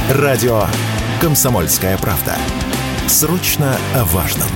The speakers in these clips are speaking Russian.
Радио «Комсомольская правда». Срочно о важном.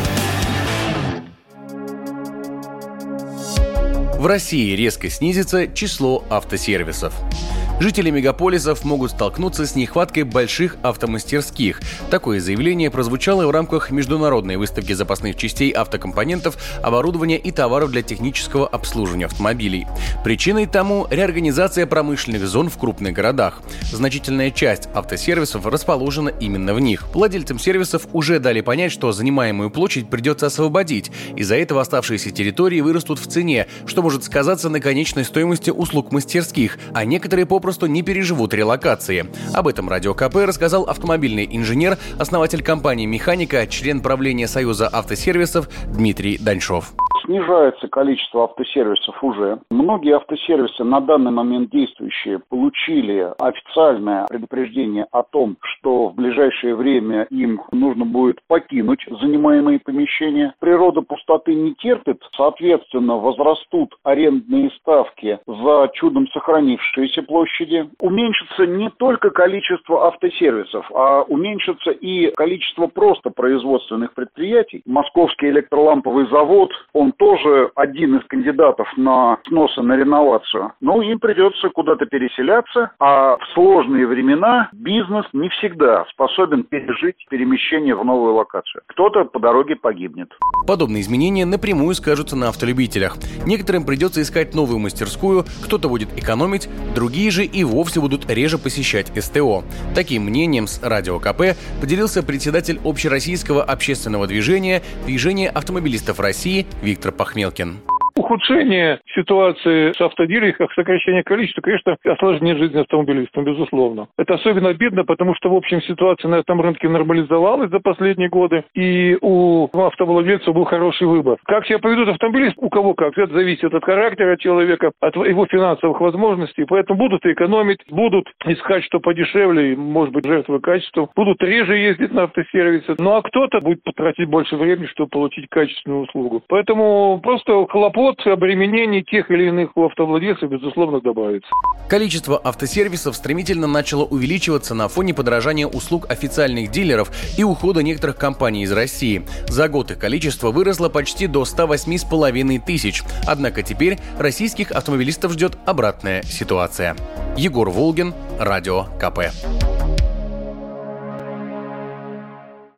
В России резко снизится число автосервисов. Жители мегаполисов могут столкнуться с нехваткой больших автомастерских. Такое заявление прозвучало в рамках международной выставки запасных частей, автокомпонентов, оборудования и товаров для технического обслуживания автомобилей. Причиной тому реорганизация промышленных зон в крупных городах. Значительная часть автосервисов расположена именно в них. Владельцам сервисов уже дали понять, что занимаемую площадь придется освободить. Из-за этого оставшиеся территории вырастут в цене, что может сказаться на конечной стоимости услуг мастерских, а некоторые попросту не переживут релокации. Об этом Радио КП рассказал автомобильный инженер, основатель компании «Механика», член правления Союза автосервисов Дмитрий Даньшов. Снижается количество автосервисов уже. Многие автосервисы, на данный момент действующие, получили официальное предупреждение о том, что в ближайшее время им нужно будет покинуть занимаемые помещения. Природа пустоты не терпит, соответственно, возрастут арендные ставки за чудом сохранившиеся площади. Уменьшится не только количество автосервисов, а уменьшится и количество просто производственных предприятий. Московский электроламповый завод, он тоже один из кандидатов на сносы, на реновацию. Но им придется куда-то переселяться, а в сложные времена бизнес не всегда способен пережить перемещение в новую локацию. Кто-то по дороге погибнет. Подобные изменения напрямую скажутся на автолюбителях. Некоторым придется искать новую мастерскую, кто-то будет экономить, другие же и вовсе будут реже посещать СТО. Таким мнением с Радио КП поделился председатель общероссийского общественного движения «Движение автомобилистов России» Виктор Пахмелкин. Ухудшение ситуации с автодилерами, как сокращение количества, конечно, осложнит жизнь автомобилистам, безусловно. Это особенно обидно, потому что, в общем, ситуация на этом рынке нормализовалась за последние годы, и у автовладельцев был хороший выбор. Как себя поведут автомобилисты, у кого как, это зависит от характера человека, от его финансовых возможностей, поэтому будут экономить, будут искать что подешевле, может быть, жертвы качеством, будут реже ездить на автосервисы, ну а кто-то будет потратить больше времени, чтобы получить качественную услугу. Поэтому просто хлопот, обременений тех или иных у автовладельцев, безусловно, добавится. Количество автосервисов стремительно начало увеличиваться на фоне подорожания услуг официальных дилеров и ухода некоторых компаний из России. За год их количество выросло почти до 108,5 тысяч. Однако теперь российских автомобилистов ждет обратная ситуация. Егор Волгин, Радио КП.